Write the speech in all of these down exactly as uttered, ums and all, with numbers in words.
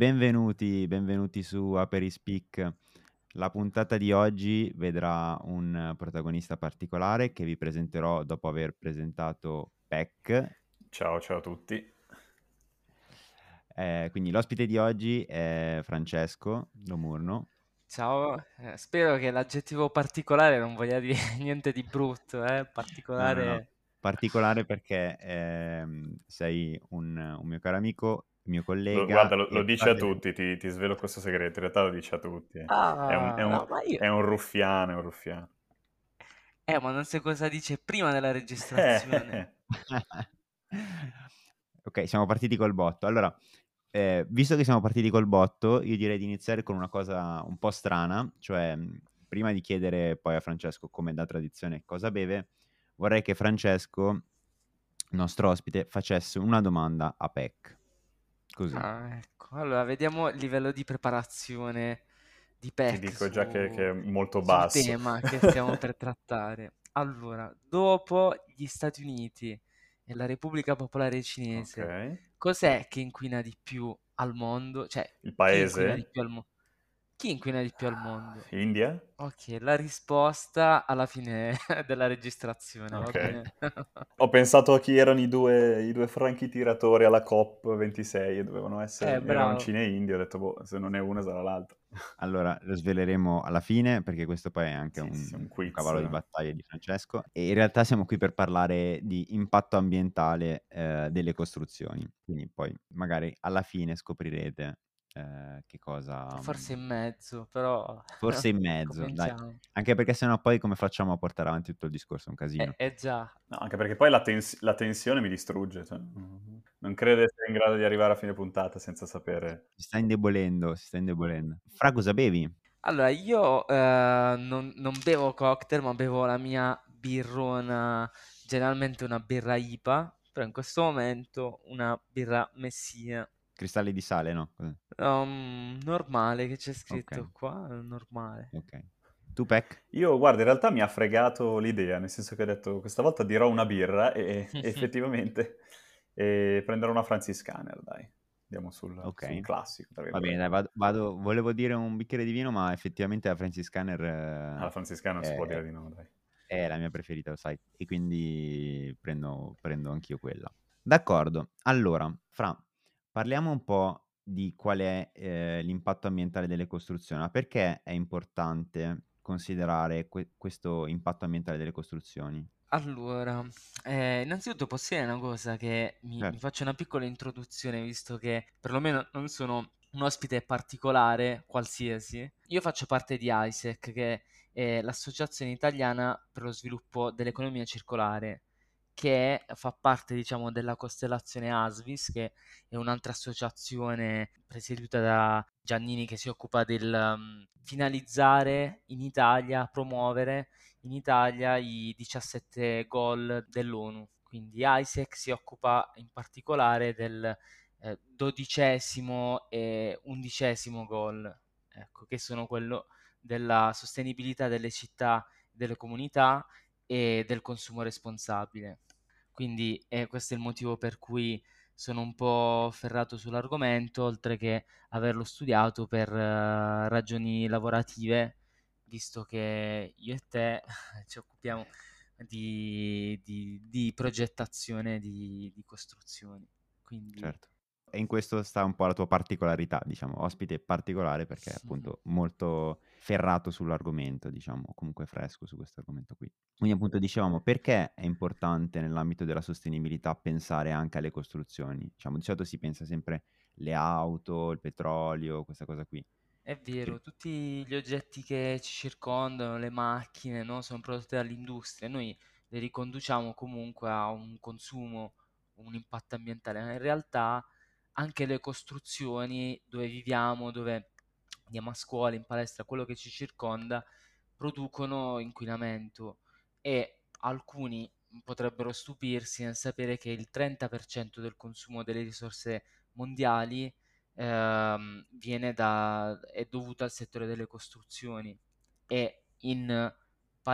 benvenuti, benvenuti su Aperispeak. La puntata di oggi vedrà un protagonista particolare che vi presenterò dopo aver presentato Peck. Ciao, ciao a tutti. Eh, quindi l'ospite di oggi è Francesco Lomurno. Ciao, eh, spero che l'aggettivo particolare non voglia dire niente di brutto, eh? No, no, no. Particolare. Particolare perché ehm, sei un, un mio caro amico, mio Lo- guarda, collega lo, lo e dice a fratello. tutti, ti, ti svelo questo segreto, in realtà lo dice a tutti. È un, è Ah, un- no, ma io. è un ruffiano, è un ruffiano. Eh, ma non sai cosa dice prima della registrazione. Eh, Ok, siamo partiti col botto. Allora, eh, visto che siamo partiti col botto, io direi di iniziare con una cosa un po' strana, cioè mh, prima di chiedere poi a Francesco, come da tradizione, cosa beve, vorrei che Francesco, il nostro ospite, facesse una domanda a Peck. Così. Ah, ecco. Allora, vediamo il livello di preparazione di ti Peck dico già che, che su... è molto sul basso. tema che stiamo per trattare. Allora, dopo gli Stati Uniti e la Repubblica Popolare Ok. Cinese, cos'è che inquina di più al mondo? Cioè, Il chi inquina di paese? più al mondo? Chi inquina di più al mondo? India? Ok, la risposta alla fine della registrazione, va Ok. bene? Ho pensato a chi erano i due, i due franchi tiratori alla COP ventisei e dovevano Eh, essere, erano bravo. Cina e India, ho detto, boh, se non è una sarà l'altra. Allora, lo sveleremo alla fine perché questo poi è anche Sì, sì, sì, un, un un quiz. cavallo di battaglia di Francesco e in realtà siamo qui per parlare di impatto ambientale eh, delle costruzioni, quindi poi magari alla fine scoprirete eh, che cosa, Forse mh, in mezzo, però forse in mezzo, dai, cominciamo. anche perché sennò poi come facciamo a portare avanti tutto il discorso? È un Eh, casino. eh già, No, anche perché poi la, tens- la tensione mi distrugge, cioè, mm, non credo di essere in grado di arrivare a fine puntata senza sapere. Si sta indebolendo, si sta indebolendo. Fra, cosa bevi? allora io eh, non, non bevo cocktail, ma bevo la mia birrona, generalmente una birra I P A, però in questo momento una birra Messina. Cristalli di sale, no? Cos'è? Um, normale, che c'è Ok, scritto qua? Normale. ok. Tu, Peck? Io, guarda, in realtà mi ha fregato l'idea, nel senso che ho detto, questa volta dirò una birra e, e effettivamente eh, prenderò una Franziskaner, dai. Andiamo sul, sul Ok. classico, tra Va bene, virgolette. dai, vado, vado- volevo dire un bicchiere di vino, ma effettivamente la Francis Scanner Alla Franziskaner non si può eh, dire è, di no, dai. è la mia preferita, lo sai, e quindi prendo, prendo anch'io quella. D'accordo, allora, Fra, parliamo un po' di qual è eh, l'impatto ambientale delle costruzioni, ma perché è importante considerare que- questo impatto ambientale delle costruzioni? Allora, eh, innanzitutto posso dire una cosa che mi, mi Certo, faccio una piccola introduzione, visto che perlomeno non sono un ospite particolare, qualsiasi. Io faccio parte di AISEC, che è l'Associazione Italiana per lo Sviluppo dell'Economia Circolare, che fa parte, diciamo, della costellazione ASVIS, che è un'altra associazione presieduta da Giannini che si occupa del um, finalizzare in Italia, promuovere in Italia i diciassette goal dell'ONU. Quindi AISEC si occupa in particolare del eh, dodicesimo e undicesimo goal, ecco, che sono quello della sostenibilità delle città, delle comunità e del consumo responsabile. Quindi eh, questo è il motivo per cui sono un po' ferrato sull'argomento, oltre che averlo studiato per eh, ragioni lavorative, visto che io e te ci occupiamo di, di- di progettazione di, di costruzioni. Quindi, certo. E in questo sta un po' la tua particolarità, diciamo, ospite particolare perché è mhm. appunto molto ferrato sull'argomento, diciamo, comunque fresco su questo argomento qui. Quindi appunto dicevamo, perché è importante nell'ambito della sostenibilità pensare anche alle costruzioni? Diciamo, di solito si pensa sempre le auto, il petrolio, questa cosa qui. È Che- vero, tutti gli oggetti che ci circondano, le macchine, no, sono prodotte dall'industria, noi le riconduciamo comunque a un consumo, un impatto ambientale, ma in realtà anche le costruzioni dove viviamo, dove andiamo a scuola, in palestra, quello che ci circonda, producono inquinamento e alcuni potrebbero stupirsi nel sapere che il trenta per cento del consumo delle risorse mondiali ehm, viene da, è dovuta al settore delle costruzioni e in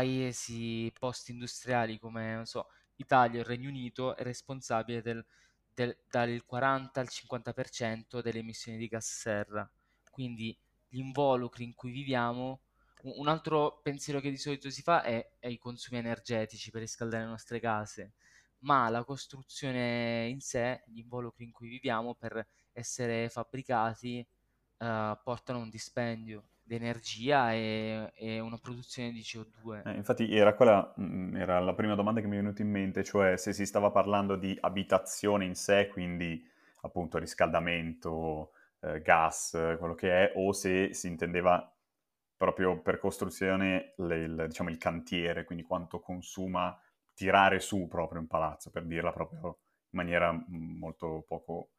paesi post-industriali come, non so, Italia o il Regno Unito è responsabile del del- dal quaranta al cinquanta per cento delle emissioni di gas serra. Quindi gli involucri in cui viviamo. Un un altro pensiero che di solito si fa è, è i consumi energetici per riscaldare le nostre case, ma la costruzione in sé, gli involucri in cui viviamo per essere fabbricati, eh, portano a un dispendio di energia e, e una produzione di C O due. Eh, infatti era quella, mm, era la prima domanda che mi è venuta in mente, cioè se si stava parlando di abitazione in sé, quindi appunto riscaldamento, eh, gas, eh, quello che è, o se si intendeva proprio per costruzione le- il, diciamo, il cantiere, quindi quanto consuma tirare su proprio un palazzo, per dirla proprio in maniera mm, molto poco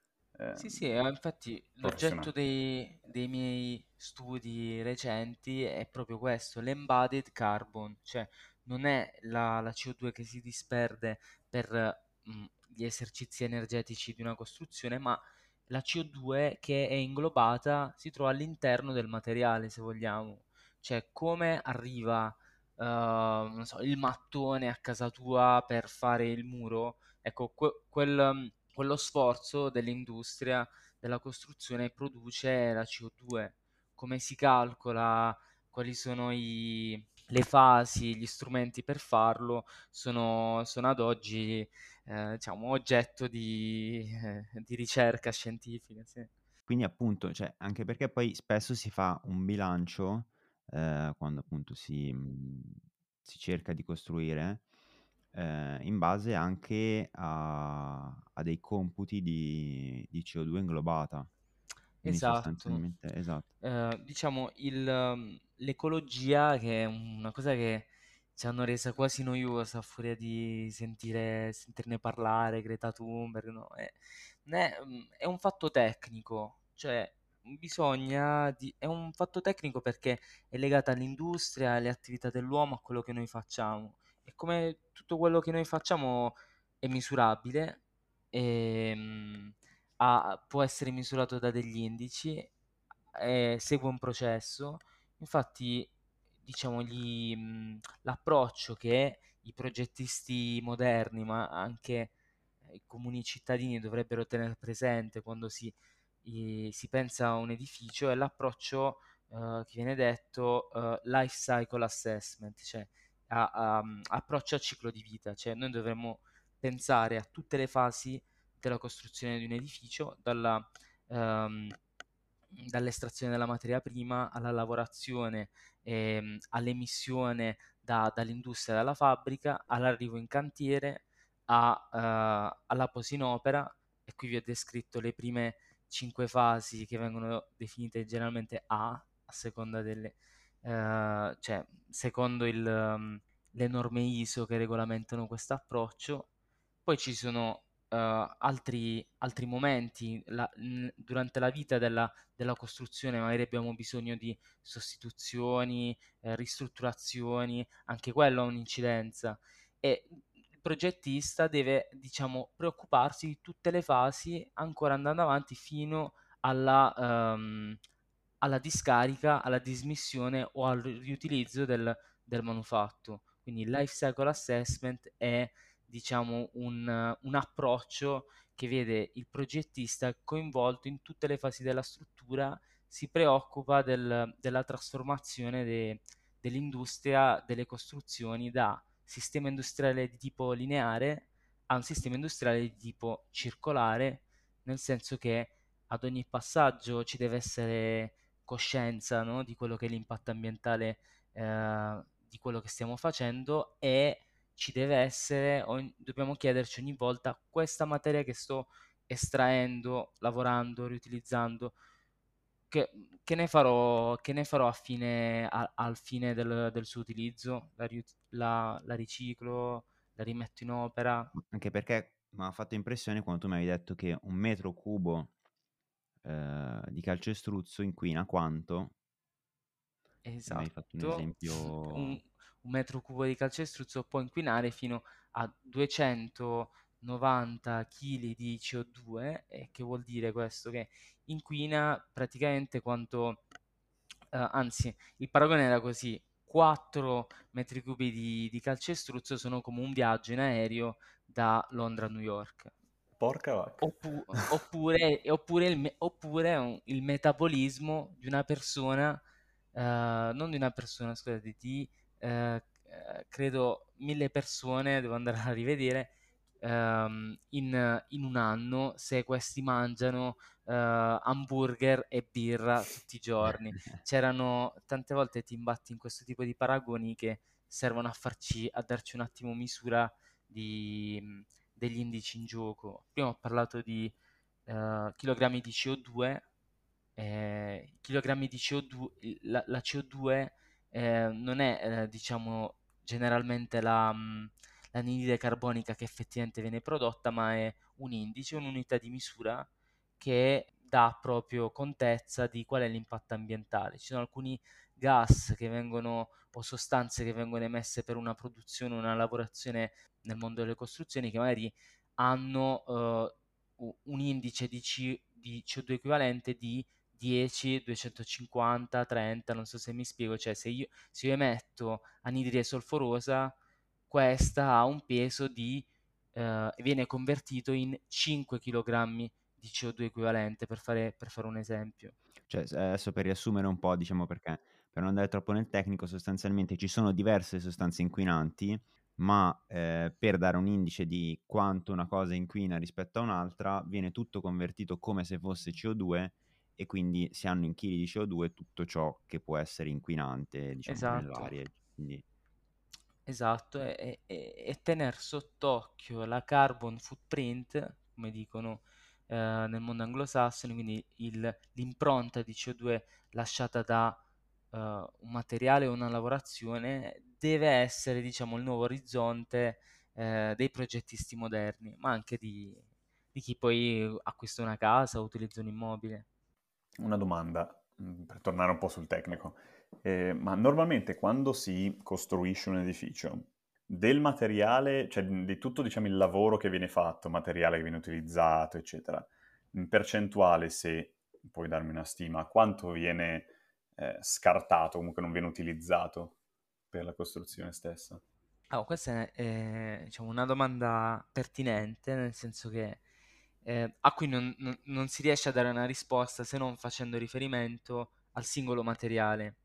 Sì, sì, ehm, eh, infatti l'oggetto professionale. dei, dei miei studi recenti è proprio questo, l'embodied carbon, cioè non è la, la C O due che si disperde per mm, gli esercizi energetici di una costruzione, ma la C O due che è inglobata si trova all'interno del materiale, se vogliamo. Cioè come arriva, eh, non so, il mattone a casa tua per fare il muro. Ecco, que- quel, mm, quello sforzo dell'industria della costruzione produce la C O due. Come si calcola, quali sono i- le fasi, gli strumenti per farlo, sono, sono ad oggi, eh, diciamo, oggetto di, eh, di ricerca scientifica. Sì. Quindi appunto, cioè, anche perché poi spesso si fa un bilancio, eh, quando appunto si, mh, si cerca di costruire, eh, in base anche a, a dei computi di, di C O due inglobata. Quindi Esatto. sostanzialmente, esatto. Eh, diciamo, il, um, l'ecologia, che è una cosa che ci hanno resa quasi noiosa a furia di sentire, sentirne parlare, Greta Thunberg, no? È, non è, mm, è un fatto tecnico, cioè bisogna di, è un fatto tecnico perché è legato all'industria, alle attività dell'uomo, a quello che noi facciamo. E come tutto quello che noi facciamo è misurabile, e, mm, ha- può essere misurato da degli indici, eh, segue un processo. Infatti, diciamo, gli, mh, l'approccio che i progettisti moderni, ma anche eh, i comuni cittadini dovrebbero tenere presente quando si, i- si pensa a un edificio è l'approccio eh, che viene detto eh, life cycle assessment, cioè a- a- approccio al ciclo di vita, cioè noi dovremmo pensare a tutte le fasi della costruzione di un edificio, dalla, ehm, dall'estrazione della materia prima alla lavorazione, ehm, all'emissione da- dall'industria, dalla fabbrica, all'arrivo in cantiere, a, eh, alla posa in opera. E qui vi ho descritto le prime cinque fasi che vengono definite generalmente A, a seconda delle, eh, cioè secondo il, um, le norme I S O che regolamentano questo approccio. Poi ci sono eh, altri, altri momenti la- n- durante la vita della, della costruzione, magari abbiamo bisogno di sostituzioni, eh, ristrutturazioni, anche quello ha un'incidenza. E il progettista deve, diciamo, preoccuparsi di tutte le fasi ancora andando avanti fino alla, ehm, alla discarica, alla dismissione o al riutilizzo del, del manufatto. Quindi il life cycle assessment è, diciamo, un, un approccio che vede il progettista coinvolto in tutte le fasi della struttura, si preoccupa del- della trasformazione de- dell'industria delle costruzioni da sistema industriale di tipo lineare a un sistema industriale di tipo circolare, nel senso che ad ogni passaggio ci deve essere coscienza, no, di quello che è l'impatto ambientale, eh, di quello che stiamo facendo, e ci deve essere, ogni- dobbiamo chiederci ogni volta: questa materia che sto estraendo, lavorando, riutilizzando, che, che ne farò, che ne farò a fine, a- al fine del, del suo utilizzo? La, riut- la- la riciclo, la rimetto in opera? Anche perché mi ha fatto impressione quando tu mi avevi detto che un metro cubo eh, di calcestruzzo inquina quanto, e mi hai fatto un Esatto, un, esempio. un metro cubo di calcestruzzo può inquinare fino a duecentonovanta chili di C O due. E che vuol dire questo? Che inquina praticamente quanto, eh, anzi, il paragone era così: quattro metri cubi di, di calcestruzzo sono come un viaggio in aereo da Londra a New York. Porca vacca. Oppu- oppure, oppure il, me- oppure un- il metabolismo di una persona, eh, non di una persona, scusate, di eh, eh, credo mille persone, devo andare a rivedere, ehm, in, in un anno se questi mangiano eh, hamburger e birra tutti i giorni. C'erano tante volte ti imbatti in questo tipo di paragoni che servono a farci, a darci un attimo misura di degli indici in gioco. Prima ho parlato di eh, chilogrammi di C O due, eh, chilogrammi di C O due, la, la C O due eh, non è, eh, diciamo, generalmente la, mh, l'anidride carbonica che effettivamente viene prodotta, ma è un indice, un'unità di misura che dà proprio contezza di qual è l'impatto ambientale. Ci sono alcuni gas che vengono o sostanze che vengono emesse per una produzione, una lavorazione nel mondo delle costruzioni che magari hanno eh, u- un indice di, C- di C O due equivalente di dieci, duecentocinquanta, trenta, non so se mi spiego, cioè se io, se io emetto anidride solforosa, questa ha un peso di, eh, viene convertito in cinque chilogrammi di C O due equivalente, per fare, per fare un esempio. Cioè, s adesso per riassumere un po', diciamo perché per non andare troppo nel tecnico, sostanzialmente ci sono diverse sostanze inquinanti, ma, ehm, per dare un indice di quanto una cosa inquina rispetto a un'altra, viene tutto convertito come se fosse C O due e quindi si hanno in chili di C O due tutto ciò che può essere inquinante, diciamo, Esatto. nell'aria. Quindi Esatto, e, e- e tener sott'occhio la carbon footprint, come dicono eh, nel mondo anglosassone, quindi il- l'impronta di C O due lasciata da eh, un materiale o una lavorazione, deve essere, diciamo, il nuovo orizzonte eh, dei progettisti moderni, ma anche di, di chi poi acquista una casa o utilizza un immobile. Una domanda, mh, per tornare un po' sul tecnico. Eh, ma normalmente quando si costruisce un edificio, del materiale, cioè di tutto diciamo il lavoro che viene fatto, materiale che viene utilizzato, eccetera, in percentuale, se puoi darmi una stima, quanto viene eh, scartato, comunque non viene utilizzato per la costruzione stessa? Ah, questa è, è, diciamo, una domanda pertinente, nel senso che eh, a cui non, non- non si riesce a dare una risposta se non facendo riferimento al singolo materiale.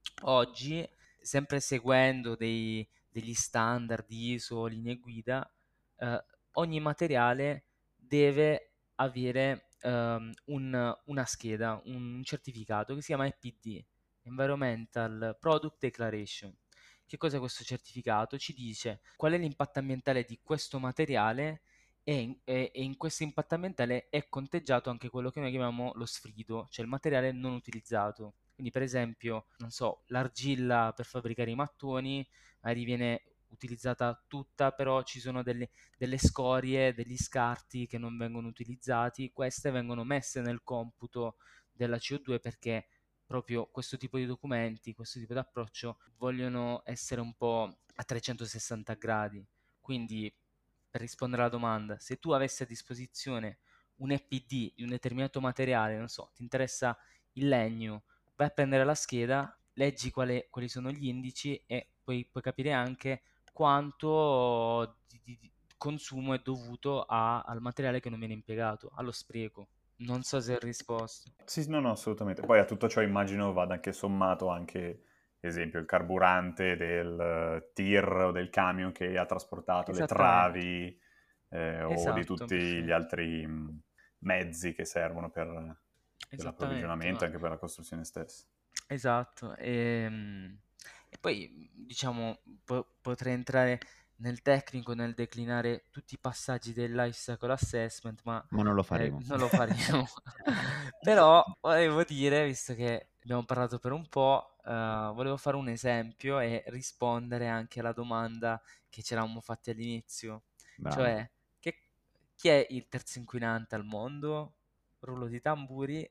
Oggi, sempre seguendo dei- degli standard I S O, linee guida, eh, ogni materiale deve avere ehm, un- una scheda, un certificato che si chiama E P D, Environmental Product Declaration. Che cos'è questo certificato? Ci dice qual è l'impatto ambientale di questo materiale e in, e- e in questo impatto ambientale è conteggiato anche quello che noi chiamiamo lo sfrido, cioè il materiale non utilizzato. Quindi, per esempio, non so, l'argilla per fabbricare i mattoni magari viene utilizzata tutta, però ci sono delle, delle scorie, degli scarti che non vengono utilizzati. Queste vengono messe nel computo della C O due perché proprio questo tipo di documenti, questo tipo di approccio vogliono essere un po' a trecentosessanta gradi. Quindi, per rispondere alla domanda, se tu avessi a disposizione un E P D di un determinato materiale, non so, ti interessa il legno, vai a prendere la scheda, leggi quale- quali sono gli indici e poi puoi capire anche quanto di, di- di consumo è dovuto a- al materiale che non viene impiegato, allo spreco. Non so se ho risposto. Sì, no, no, assolutamente. Poi a tutto ciò immagino vada anche sommato anche, esempio, il carburante del eh, tir o del camion che ha trasportato le Esattamente, travi eh, o di esatto, tutti gli perfetto. altri mh, mezzi che servono per, per Esattamente, l'approvvigionamento ma e anche per la costruzione stessa. esatto. Ehm, E, poi, diciamo, po- potrei entrare nel tecnico, nel declinare tutti i passaggi del life cycle assessment, ma ma non lo eh, faremo. non lo faremo. Però volevo dire, visto che abbiamo parlato per un po', eh, volevo fare un esempio e rispondere anche alla domanda che ci eravamo fatti all'inizio, Bravo. cioè, che- chi è il terzo inquinante al mondo? Rullo di tamburi.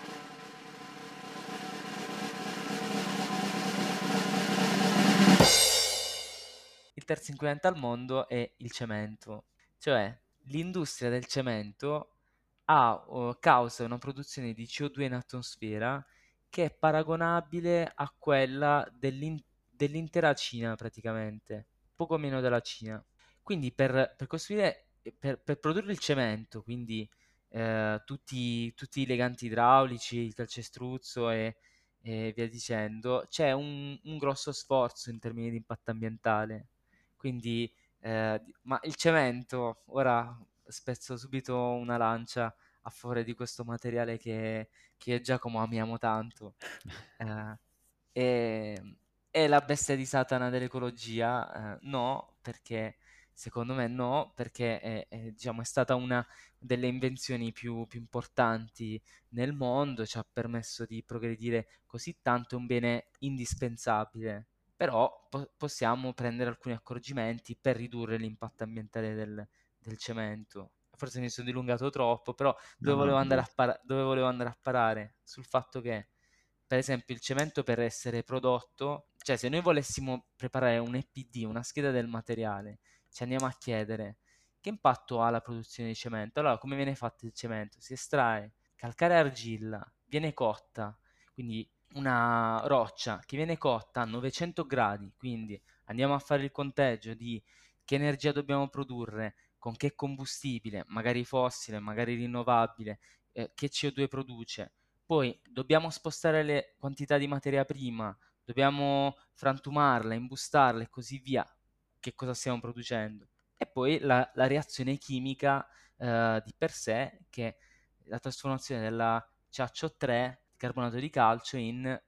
Il terzo inquinante al mondo è il cemento, cioè l'industria del cemento ha, oh, causa una produzione di C O due in atmosfera che è paragonabile a quella dell'in- dell'intera Cina praticamente, poco meno della Cina. Quindi per, per costruire per, per produrre il cemento, quindi eh, tutti, tutti i leganti idraulici, il calcestruzzo e, e via dicendo, c'è un, un grosso sforzo in termini di impatto ambientale. Quindi, eh, di- ma il cemento, ora spezzo subito una lancia a favore di questo materiale che, che io e Giacomo amiamo tanto. Eh, e- è la bestia di Satana dell'ecologia? Eh, no, perché secondo me no, perché è, è, diciamo, è stata una delle invenzioni più, più importanti nel mondo, ci ha permesso di progredire così tanto, è un bene indispensabile. Però po- possiamo prendere alcuni accorgimenti per ridurre l'impatto ambientale del, del cemento. Forse mi sono dilungato troppo, però No, dove no, volevo andare a, giusto. para- dove volevo andare a parare? Sul fatto che, per esempio, il cemento per essere prodotto, cioè se noi volessimo preparare un E P D, una scheda del materiale, ci andiamo a chiedere che impatto ha la produzione di cemento. Allora, come viene fatto il cemento? Si estrae calcare e argilla, viene cotta, quindi una roccia che viene cotta a novecento gradi, quindi andiamo a fare il conteggio di che energia dobbiamo produrre, con che combustibile, magari fossile, magari rinnovabile, eh, che C O due produce. Poi dobbiamo spostare le quantità di materia prima, dobbiamo frantumarla, imbustarla e così via. Che cosa stiamo producendo? E poi la, la reazione chimica eh, di per sé, che è la trasformazione della C A C O tre, carbonato di calcio, in eh,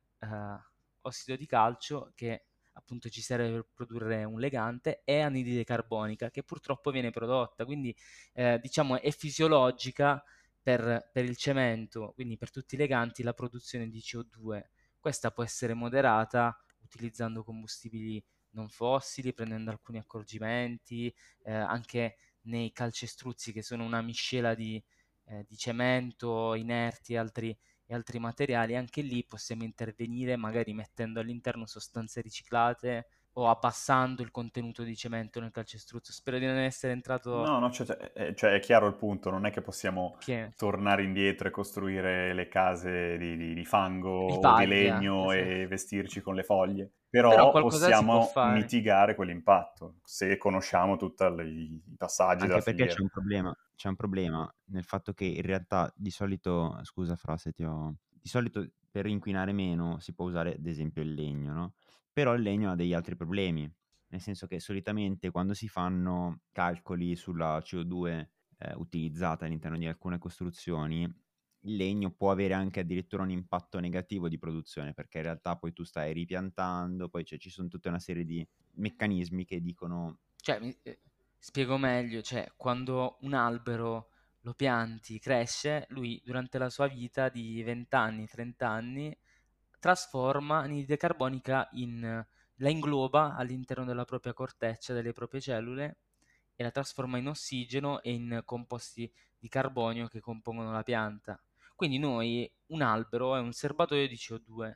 ossido di calcio, che appunto ci serve per produrre un legante, e anidride carbonica, che purtroppo viene prodotta. Quindi eh, diciamo è fisiologica per, per il cemento, quindi per tutti i leganti, la produzione di C O due. Questa può essere moderata utilizzando combustibili non fossili, prendendo alcuni accorgimenti, eh, anche nei calcestruzzi, che sono una miscela di, eh, di cemento, inerti e altri, e altri materiali. Anche lì possiamo intervenire magari mettendo all'interno sostanze riciclate o abbassando il contenuto di cemento nel calcestruzzo. Spero di non essere entrato... No, no, cioè, cioè, è, cioè, è chiaro il punto, non è che possiamo Che... tornare indietro e costruire le case di, di- di fango di o di paglia, legno esatto. e vestirci con le foglie, Però però qualcosa si può possiamo fare. mitigare quell'impatto se conosciamo tutti i i passaggi della Anche perché filiera. c'è un problema, c'è un problema nel fatto che in realtà di solito, scusa Fra se ti ho, di solito per inquinare meno si può usare ad esempio il legno, no? Però il legno ha degli altri problemi, nel senso che solitamente quando si fanno calcoli sulla C O due eh, utilizzata all'interno di alcune costruzioni, il legno può avere anche addirittura un impatto negativo di produzione, perché in realtà poi tu stai ripiantando, poi cioè, ci sono tutta una serie di meccanismi che dicono Cioè, mi- eh, spiego meglio, cioè, quando un albero lo pianti, cresce, lui durante la sua vita di venti anni, trenta anni, trasforma anidride carbonica in, la ingloba all'interno della propria corteccia, delle proprie cellule, e la trasforma in ossigeno e in composti di carbonio che compongono la pianta. Quindi noi, un albero è un serbatoio di C O due.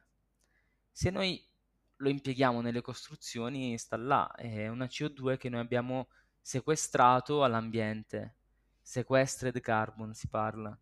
Se noi lo impieghiamo nelle costruzioni, sta là, è una C O due che noi abbiamo sequestrato all'ambiente, sequestered carbon si parla.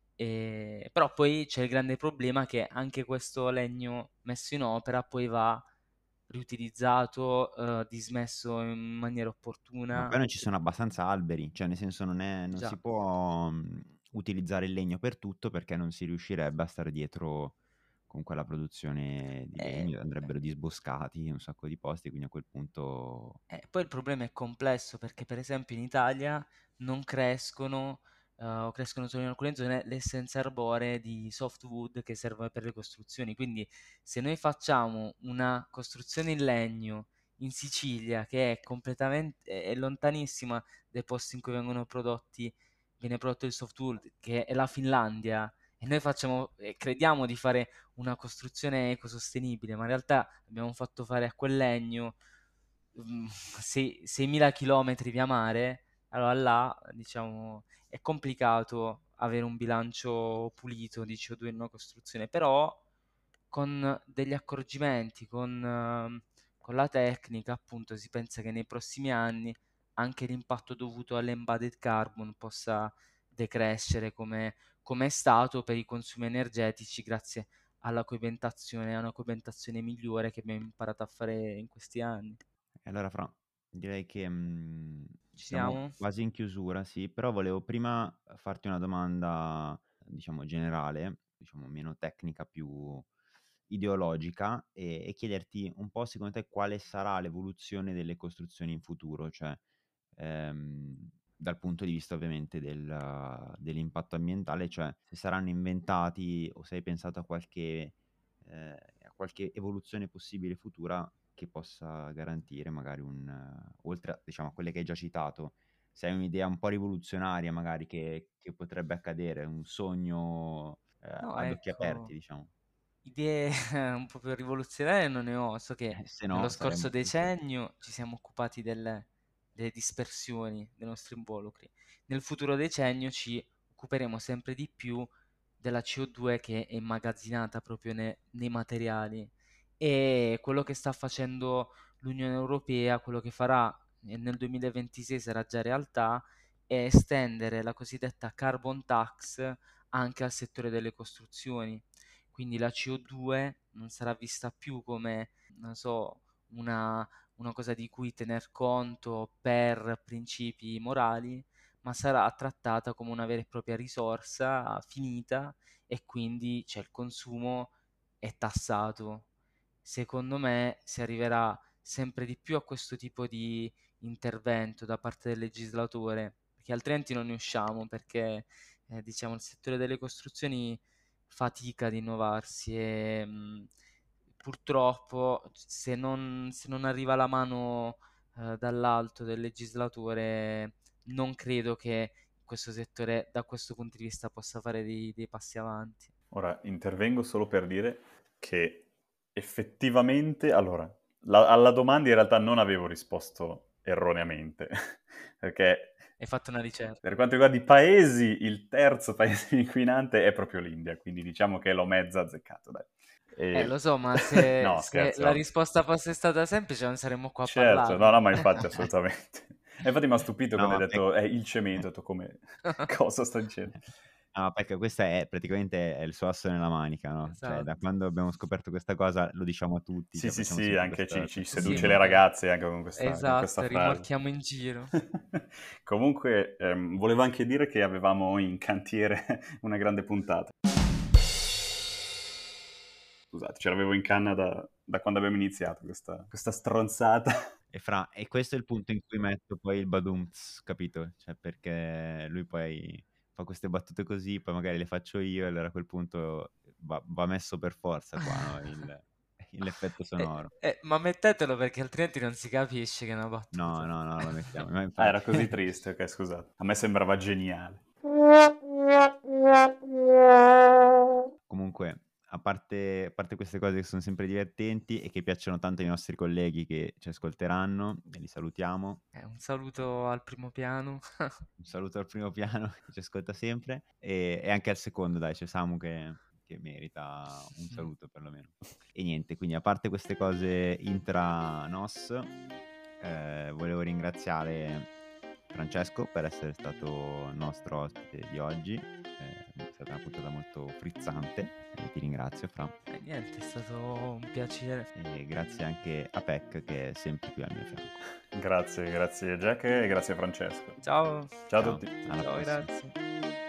E- Però poi c'è il grande problema che anche questo legno messo in opera poi va riutilizzato, eh, dismesso in maniera ma opportuna. poi non ci e- sono abbastanza alberi, cioè nel senso non è non si Già. può, mhmm, utilizzare il legno per tutto perché non si riuscirebbe a stare dietro con quella produzione di Eh, legno, andrebbero disboscati un sacco di posti, quindi a quel punto Eh, poi il problema è complesso perché per esempio in Italia non crescono, eh, o crescono solo in alcune zone, le essenze arboree di softwood che servono per le costruzioni. Quindi se noi facciamo una costruzione in legno in Sicilia che è completamente, è lontanissima dai posti in cui vengono prodotti, viene prodotto il softwood, che è la Finlandia, e noi facciamo, e crediamo di fare una costruzione ecosostenibile, ma in realtà abbiamo fatto fare a quel legno mm, sei- seimila chilometri via mare. Allora là, diciamo, è complicato avere un bilancio pulito di C O due in una costruzione, però con degli accorgimenti, con, ehm, con la tecnica, appunto, si pensa che nei prossimi anni anche l'impatto dovuto all'embedded carbon possa decrescere come, come è stato per i consumi energetici grazie alla coibentazione, a una coibentazione migliore che abbiamo imparato a fare in questi anni. e allora Fra, direi che, mhmm, Ci Siamo siamo? quasi in chiusura, sì, però volevo prima farti una domanda, diciamo, generale, diciamo meno tecnica, più ideologica, e, e chiederti un po' secondo te quale sarà l'evoluzione delle costruzioni in futuro, cioè ehm, dal punto di vista ovviamente del- dell'impatto ambientale, cioè se saranno inventati o se hai pensato a qualche, eh, a qualche evoluzione possibile futura che possa garantire magari un, eh, oltre a, diciamo, a quelle che hai già citato, se hai un'idea un po' rivoluzionaria magari che, che potrebbe accadere, un sogno eh, No, ad occhi aperti, ecco, diciamo. idee un po' più rivoluzionarie non ne ho. So che Eh, se nello no scorso saremmo tutti... decennio ci siamo occupati delle, delle dispersioni dei nostri involucri. Nel futuro decennio ci occuperemo sempre di più della C O due che è immagazzinata proprio ne- nei materiali. E quello che sta facendo l'Unione Europea, quello che farà eh, nel duemilaventisei sarà già realtà, è estendere la cosiddetta carbon tax anche al settore delle costruzioni. Quindi la C O due non sarà vista più come, non so, una, una cosa di cui tener conto per principi morali, ma sarà trattata come una vera e propria risorsa finita e quindi c'è il consumo è tassato. Secondo me si arriverà sempre di più a questo tipo di intervento da parte del legislatore, perché altrimenti non ne usciamo, perché eh, diciamo il settore delle costruzioni fatica ad innovarsi e mh, purtroppo se non, se non arriva la mano eh, dall'alto del legislatore, non credo che questo settore da questo punto di vista possa fare dei, dei passi avanti. Ora, intervengo solo per dire che effettivamente, allora, la- alla domanda in realtà non avevo risposto erroneamente, perché Hai fatto una ricerca. per quanto riguarda i paesi, il terzo paese inquinante è proprio l'India, quindi diciamo che l'ho mezza azzeccato, dai. Eh, lo E... so, ma se, No, se scherzo, la no. risposta fosse stata semplice non saremmo qua a Certo, no, parlarne. no, ma infatti assolutamente. E infatti mi ha stupito No, quando hai ma detto, Pecca, è il cemento, ho detto come, cosa sto dicendo? no, ma Pecca, questa è praticamente è il suo asso nella manica, no? Cioè, da Esatto. quando abbiamo scoperto questa cosa lo diciamo a tutti, Sì, cioè sì, facciamo sì, sempre anche questa, ci, ci questa Sì, seduce ma le gimmick. eh, ragazze anche con questa, con questa esatto, frase. rimorchiamo in giro. Comunque, ehm, volevo anche dire che avevamo in cantiere una grande puntata. Scusate, ce l'avevo in canna da, da quando abbiamo iniziato questa, questa stronzata. E fra, e questo è il punto in cui metto poi il badumts, capito? Cioè, perché lui poi fa queste battute così, poi magari le faccio io, e allora a quel punto va, va messo per forza qua, no? Il, l'effetto Eh, sonoro. eh, ma mettetelo perché altrimenti non si capisce che è una No, battuta. no, no, lo mettiamo. Ma Ah, infatti... era così triste, ok, scusate. A me sembrava geniale. Comunque, a parte, a parte queste cose che sono sempre divertenti e che piacciono tanto ai nostri colleghi che ci ascolteranno, e li salutiamo. Eh, un saluto al primo piano. Un saluto al primo piano che ci ascolta sempre e, e anche al secondo, dai, c'è Samu che, che merita un saluto perlomeno. E niente, quindi a parte queste cose intra nos, eh, volevo ringraziare Francesco per essere stato nostro ospite di oggi. Eh, è stata una puntata molto frizzante e ti ringrazio, Fra. E niente, è stato un piacere. E grazie anche a Peck che è sempre qui al mio fianco. Grazie, grazie Jack e grazie Francesco. Ciao, Ciao a Ciao, tutti. alla ciao, prossima. grazie.